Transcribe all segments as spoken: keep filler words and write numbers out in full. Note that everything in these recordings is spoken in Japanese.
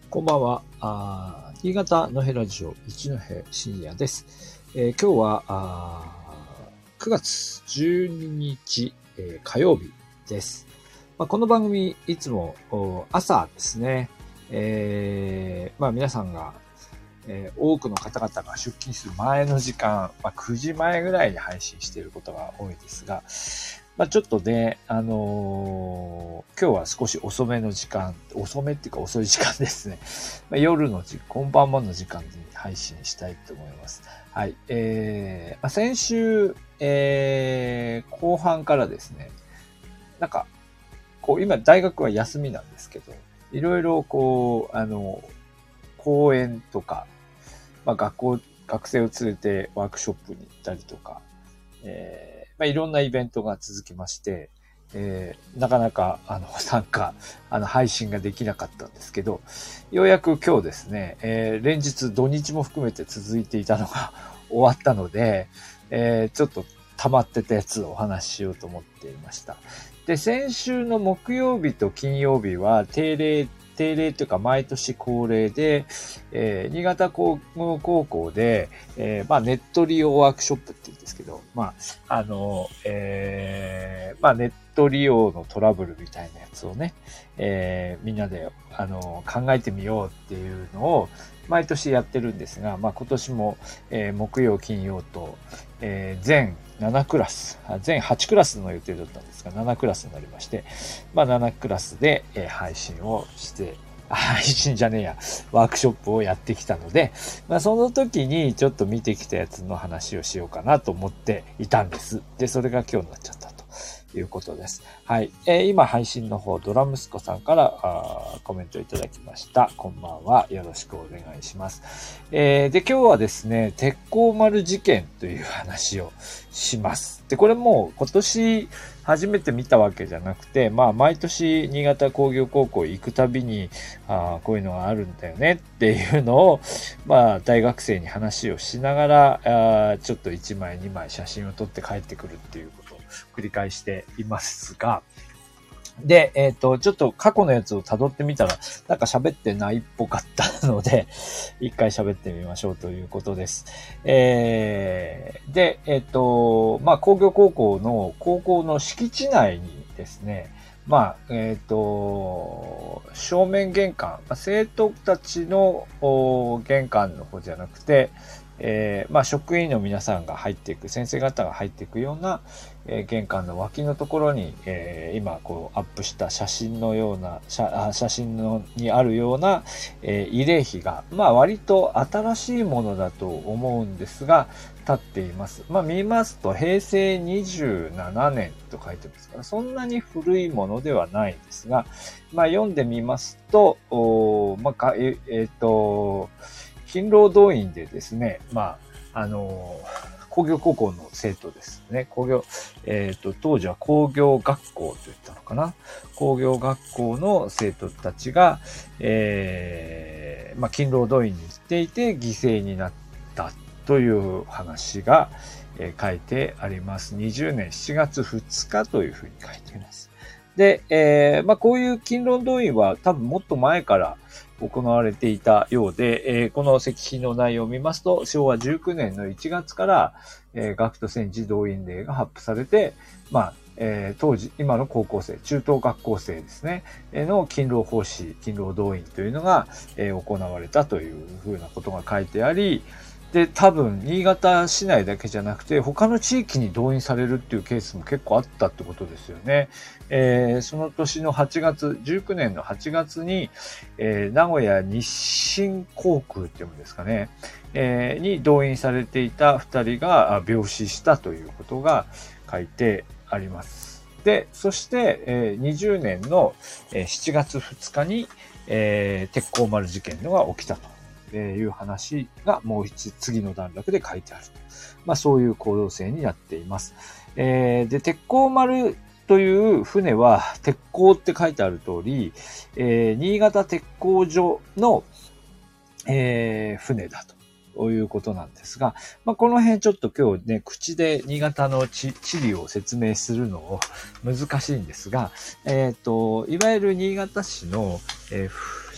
こんばんは。あ新潟のへラジオ一戸深夜です。えー、今日はあくがつじゅうににち、えー、火曜日です。まあ、この番組いつも朝ですね、えー、まあ皆さんが、えー、多くの方々が出勤する前の時間、まあ、くじまえぐらいに配信していることが多いですが、まあ、ちょっとね、あのー、今日は少し遅めの時間、遅めっていうか遅い時間ですね。まあ、夜の時、今晩もの時間に配信したいと思います。はい。えー、まあ、先週、えー、後半からですね、なんか、こう、今大学は休みなんですけど、いろいろこう、あの、講演とか、まあ、学校、学生を連れてワークショップに行ったりとか、えーまあ、いろんなイベントが続きまして、えー、なかなか、あの、参加、あの、配信ができなかったんですけど、ようやく今日ですね、えー、連日土日も含めて続いていたのが終わったので、えー、ちょっと溜まってたやつをお話ししようと思っていました。で、先週の木曜日と金曜日は定例定例というか毎年恒例で、えー、新潟工業高校で、えー、まあネット利用ワークショップって言うんですけど、まあ、あの、えー、まあネット利用のトラブルみたいなやつをね、えー、みんなで、あの、考えてみようっていうのを毎年やってるんですが、まあ今年も、えー、木曜、金曜と、えー、全ななクラス、全はちクラスの予定だったんですが、ななクラスになりまして、まあななクラスで、えー、配信をして、配信じゃねえや、ワークショップをやってきたので、まあその時にちょっと見てきたやつの話をしようかなと思っていたんです。で、それが今日になっちゃったということです。はい。えー、今配信の方、ドラムスコさんからあコメントいただきました。こんばんは。よろしくお願いします。えー、で、今日はですね、鉄鋼丸事件という話をします。で、これもう今年初めて見たわけじゃなくて、まあ毎年新潟工業高校行くたびに、あこういうのがあるんだよねっていうのを、まあ大学生に話をしながら、あちょっといちまいにまい写真を撮って帰ってくるっていうことを繰り返していますが、で、えっと、ちょっと過去のやつを辿ってみたら、なんか喋ってないっぽかったので、一回喋ってみましょうということです。えー、で、えっと、まあ、工業高校の高校の敷地内にですね、まあ、えっと、正面玄関、生徒たちの玄関の方じゃなくて、えー、まあ、職員の皆さんが入っていく、先生方が入っていくような、えー、玄関の脇のところに、えー、今こうアップした写真のような、写写真のにあるような、えー、慰霊碑が、まあ割と新しいものだと思うんですが、立っています。まあ見ますとへいせいにじゅうななねんと書いてますから、そんなに古いものではないんですが、まあ読んでみますと、おまあ、えっ、えー、と、勤労動員でですね、まあ、あのー、工業高校の生徒ですね。工業、えっ、ー、と、当時は工業学校と言ったのかな。工業学校の生徒たちが、えー、まあ、勤労動員に行っていて犠牲になったという話が、えー、書いてあります。にじゅうねんしちがつふつかというふうに書いています。で、えー、まあ、こういう勤労動員は多分もっと前から行われていたようで、えー、この石碑の内容を見ますと、しょうわじゅうきゅうねんのいちがつから、えー、学徒戦時動員令が発布されて、まあ、えー、当時、今の高校生、中等学校生ですね、の勤労奉仕、勤労動員というのが、えー、行われたというふうなことが書いてあり、で、多分、新潟市内だけじゃなくて、他の地域に動員されるっていうケースも結構あったってことですよね。えー、その年のはちがつ、じゅうきゅうねんのはちがつに、えー、名古屋日清航空っていうんですかね、えー、に動員されていたふたりが病死したということが書いてあります。で、そして、えー、にじゅうねんのしちがつふつかに、えー、鉄鋼丸事件のが起きたと。いう話がもう一次の段落で書いてあると。まあそういう構造性になっています。えー、で、鉄鋼丸という船は鉄鋼って書いてある通り、えー、新潟鉄工所の、えー、船だと。ということなんですが、まあ、この辺ちょっと今日ね、口で新潟の地理を説明するのを難しいんですが、えっと、いわゆる新潟市の、えー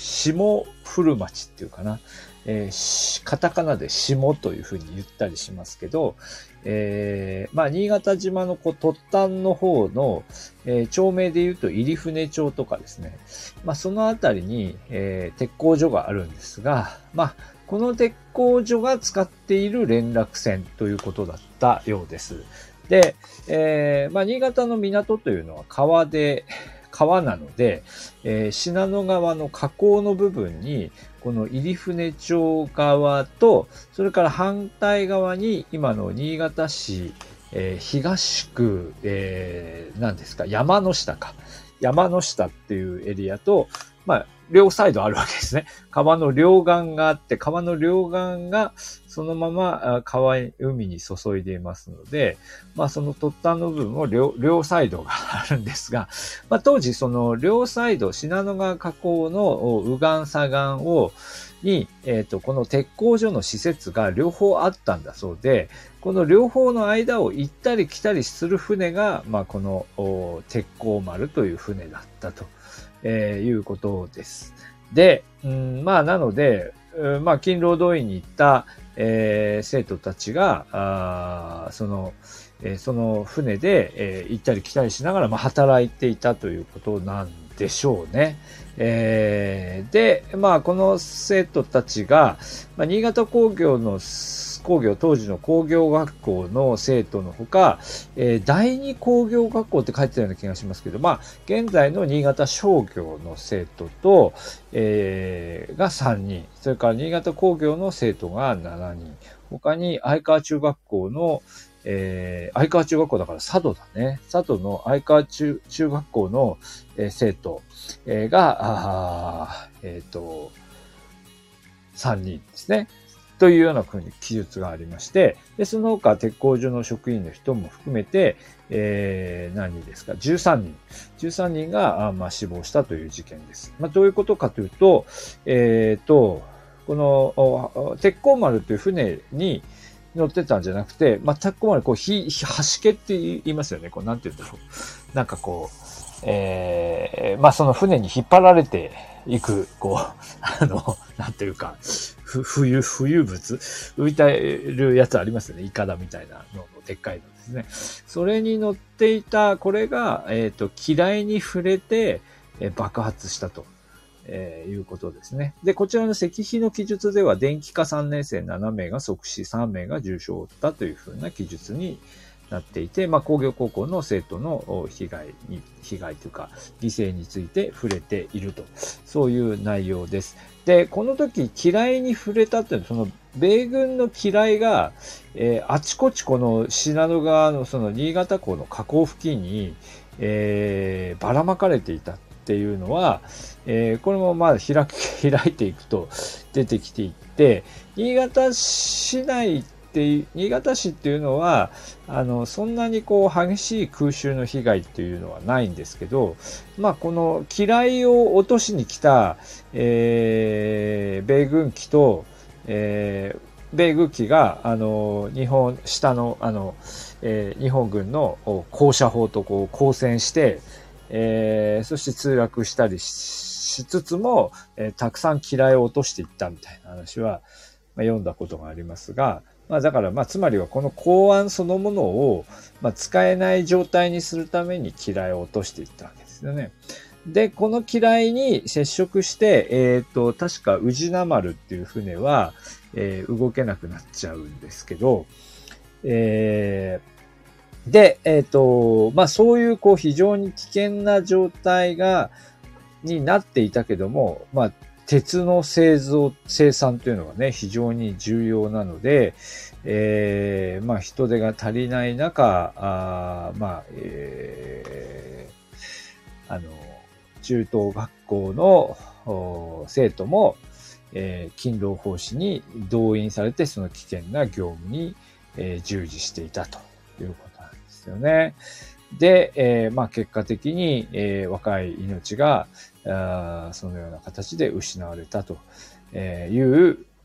霜降る町っていうかな。えー、カタカナで霜というふうに言ったりしますけど、えー、まあ、新潟島のこう突端の方の、えー、町名で言うと入船町とかですね。まあ、そのあたりに、えー、鉄工所があるんですが、まあ、この鉄工所が使っている連絡船ということだったようです。で、えー、まあ、新潟の港というのは川で、川なので、えー、信濃川の河口の部分に、この入船町側と、それから反対側に今の新潟市、えー、東区、えー、何ですか、山の下か。山の下っていうエリアと、まあ、両サイドあるわけですね。川の両岸があって、川の両岸がそのまま川、海に注いでいますので、まあその突端の部分も 両, 両サイドがあるんですが、まあ当時その両サイド、信濃川河口の右岸左岸を、に、えっと、この鉄工所の施設が両方あったんだそうで、この両方の間を行ったり来たりする船が、まあこの鉄工丸という船だったと。えー、いうことです。で、うん、まあ、なので、うん、まあ、勤労動員に行った、えー、生徒たちが、あその、えー、その船で、えー、行ったり来たりしながら、まあ、働いていたということなんでしょうね。えー、で、まあ、この生徒たちが、まあ、新潟工業の工業、当時の工業学校の生徒のほか、えー、第二工業学校って書いてたような気がしますけど、まあ、現在の新潟商業の生徒と、えー、がさんにん、それから新潟工業の生徒がしちにん、他に相川中学校の、えー、相川中学校だから佐渡だね。佐渡の相川 中, 中学校の、えー、生徒、えー、が、あえっ、ー、と、さんにんですね。というようなふうに記述がありまして、で、その他鉄工所の職員の人も含めて、えー、何人ですか、じゅうさんにん。じゅうさんにんが、あまあ、死亡したという事件です。まあ、どういうことかというと、えっと、この、鉄鋼丸という船に乗ってたんじゃなくて、まあ、鉄鋼丸、こう、ひ、はしけって言いますよね。こう、なんて言うんだろう。なんかこう、えー、まあ、その船に引っ張られていく、こう、あの、なんていうか、ふ冬、浮遊物浮いてるやつありますよね。イカダみたいなのの、でっかいのですね。それに乗っていた、これが、えっと、機雷に触れて、え爆発したと、えー、いうことですね。で、こちらの石碑の記述では、電気科さんねん生ななめいが即死、さんめいが重傷を負ったというふうな記述になっていて、まあ、工業高校の生徒の被害に、被害というか、犠牲について触れていると。そういう内容です。で、この時、機雷に触れたっていうのは、その、米軍の機雷が、えー、あちこちこの信濃川のその新潟港の河口付近に、えー、ばらまかれていたっていうのは、えー、これもまあ開く、開いていくと出てきていって、新潟市内って新潟市っていうのは、あの、そんなにこう激しい空襲の被害っていうのはないんですけど、まあこの機雷を落としに来た、えー、米軍機と、えー、米軍機が、あの、日本、下の、あの、えー、日本軍の高射砲とこう交戦して、えー、そして墜落したりしつつも、えー、たくさん機雷を落としていったみたいな話は、まあ、読んだことがありますが、まあだから、まあつまりはこの港湾そのものを、まあ使えない状態にするために機雷を落としていったわけですよね。で、この機雷に接触して、えっと、確か宇品丸っていう船は、えー、動けなくなっちゃうんですけど、えー、で、えっと、まあそういうこう非常に危険な状態が、になっていたけども、まあ鉄の製造、生産というのがね、非常に重要なので、えー、まあ人手が足りない中、あまあ、えー、あの、中等学校の生徒も、えー、勤労奉仕に動員されて、その危険な業務に、えー、従事していたということなんですよね。で、えー、まあ結果的に、えー、若い命があそのような形で失われたという、まあ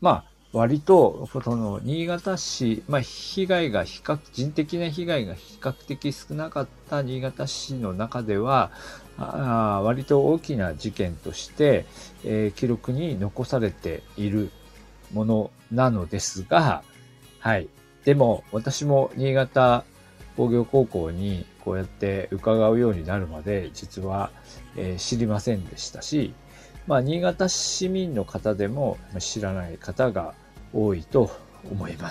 割と、その、新潟市、まあ、被害が比較、人的な被害が比較的少なかった新潟市の中では、あ割と大きな事件として、えー、記録に残されているものなのですが、はい。でも、私も新潟工業高校にこうやって伺うようになるまで、実は、えー、知りませんでしたし、まあ、新潟市民の方でも知らない方が多いと思います。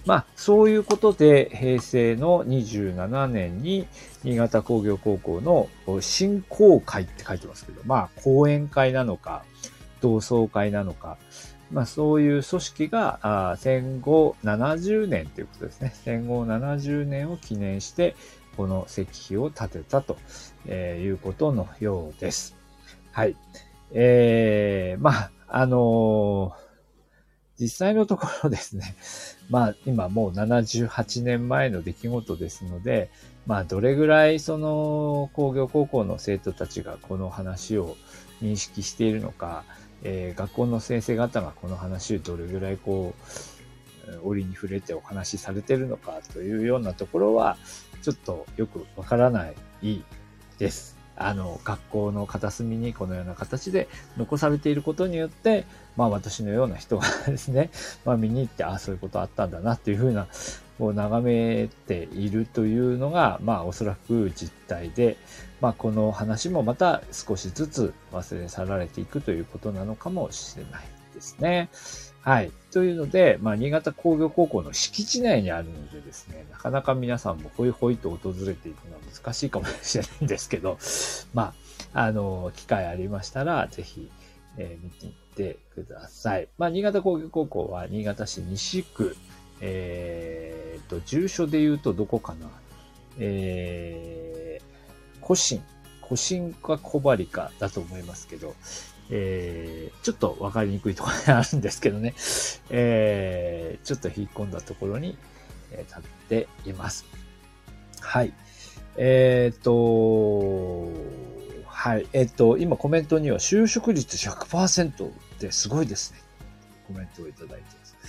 まあ、そういうことで、平成のにじゅうななねんに新潟工業高校の振興会って書いてますけど、まあ、講演会なのか、同窓会なのか、まあ、そういう組織が戦後ななじゅうねんということですね。戦後ななじゅうねんを記念して、この石碑を建てたということのようです。はい。えー、まあ、あのー、実際のところですね、まあ、今もうななじゅうはちねんまえの出来事ですので、まあ、どれぐらいその工業高校の生徒たちがこの話を認識しているのか、えー、学校の先生方がこの話をどれぐらいこう、折に触れてお話しされているのかというようなところは、ちょっとよくわからないです。あの、学校の片隅にこのような形で残されていることによって、まあ私のような人がですね、まあ見に行って、ああ、そういうことあったんだなっていうふうな、こう眺めているというのが、まあおそらく実態で、まあこの話もまた少しずつ忘れ去られていくということなのかもしれないですね。はい。というので、まあ、新潟工業高校の敷地内にあるのでですね、なかなか皆さんもホイホイと訪れていくのは難しいかもしれないんですけど、まあ、あの、機会ありましたら、ぜひ、えー、見ていってください。まあ、新潟工業高校は新潟市西区、えー、と、住所で言うとどこかな、えー、古新、古新か小針かだと思いますけど、えー、ちょっとわかりにくいところにあるんですけどね、えー、ちょっと引っ込んだところに、えー、立っています。はい。えっと、はい。えっと、今コメントには就職率 ひゃくパーセント ってすごいですね。コメントをいただいてます。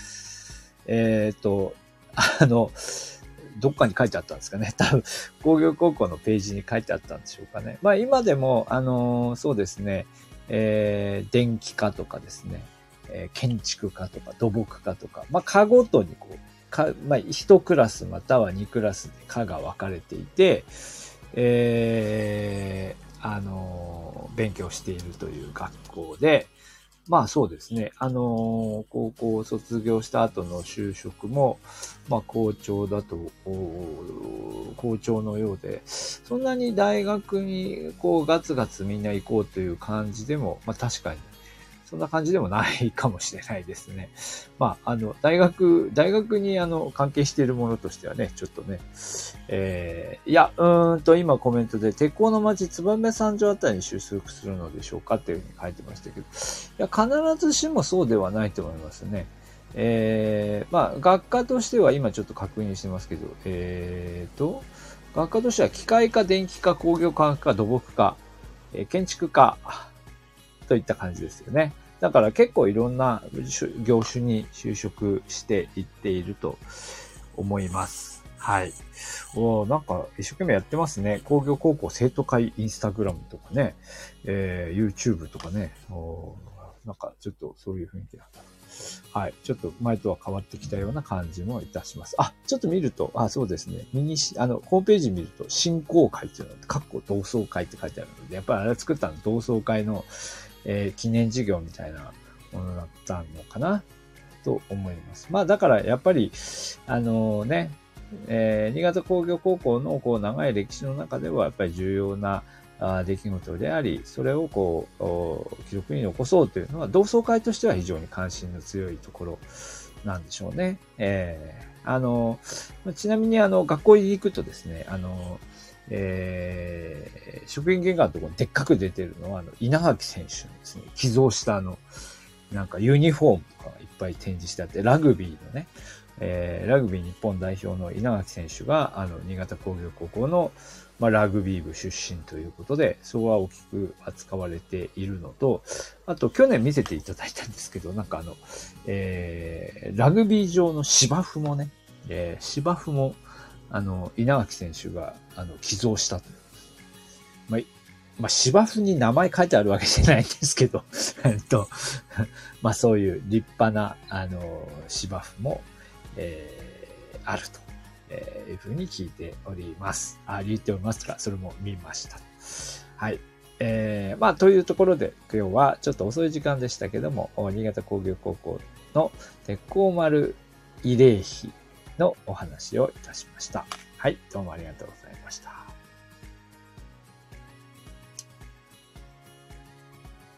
えっと、あの、どっかに書いてあったんですかね。多分、工業高校のページに書いてあったんでしょうかね。まあ今でも、あの、そうですね、えー、電気科とかですね、えー、建築科とか土木科とか、まあ科ごとにこう、かまあ一クラスまたは二クラスで科が分かれていて、えー、あの、勉強しているという学校で、まあそうですね。あのー、高校を卒業した後の就職も、まあ校長だと、校長のようで、そんなに大学にこうガツガツみんな行こうという感じでも、まあ確かに、そんな感じでもないかもしれないですね。まあ、あの、大学、大学にあの、関係しているものとしてはね、ちょっとね、えー、いや、うーんと、今コメントで、鉄鋼の町、燕三条あたりに就職するのでしょうかっていうふうに書いてましたけど、いや、必ずしもそうではないと思いますね。えー、まあ、学科としては今ちょっと確認してますけど、えーと、学科としては機械科、電気科、工業科学科、土木科、えー、建築科といった感じですよね。だから結構いろんな業種に就職していっていると思います。はい。おなんか一生懸命やってますね。工業高校生徒会インスタグラムとかね、えー、YouTube とかね。おなんかちょっとそういう雰囲気だった。はい。ちょっと前とは変わってきたような感じもいたします。あ、ちょっと見ると、あ、そうですね。ミニし、あの、ホームページ見ると、振興会っていうのが、かっこ同窓会って書いてあるので、やっぱりあれ作ったの同窓会の、えー、記念事業みたいなものだったのかなと思います。まあだからやっぱり、あのね、えー、新潟工業高校のこう長い歴史の中ではやっぱり重要なあ出来事であり、それをこう、記録に残そうというのは同窓会としては非常に関心の強いところなんでしょうね。えー、あの、ちなみにあの、学校に行くとですね、あの、えー、職員玄関のところにでっかく出てるのは、あの、稲垣選手のですね、寄贈したあの、なんかユニフォームとかがいっぱい展示してあって、ラグビーのね、えー、ラグビー日本代表の稲垣選手が、あの、新潟工業高校の、 まあ、ラグビー部出身ということで、そこは大きく扱われているのと、あと去年見せていただいたんですけど、なんかあの、えー、ラグビー場の芝生もね、えー、芝生も、あの、稲垣選手が、あの、寄贈したと。まあ、まあ、芝生に名前書いてあるわけじゃないんですけど、えっと、まあ、そういう立派な、あの、芝生も、えー、あると、えー、いうふうに聞いております。あ、言っておりますが、それも見ました。はい。えー、まあ、というところで、今日はちょっと遅い時間でしたけども、新潟工業高校の鉄鋼丸慰霊碑のお話をいたしました。はい、どうもありがとうございました。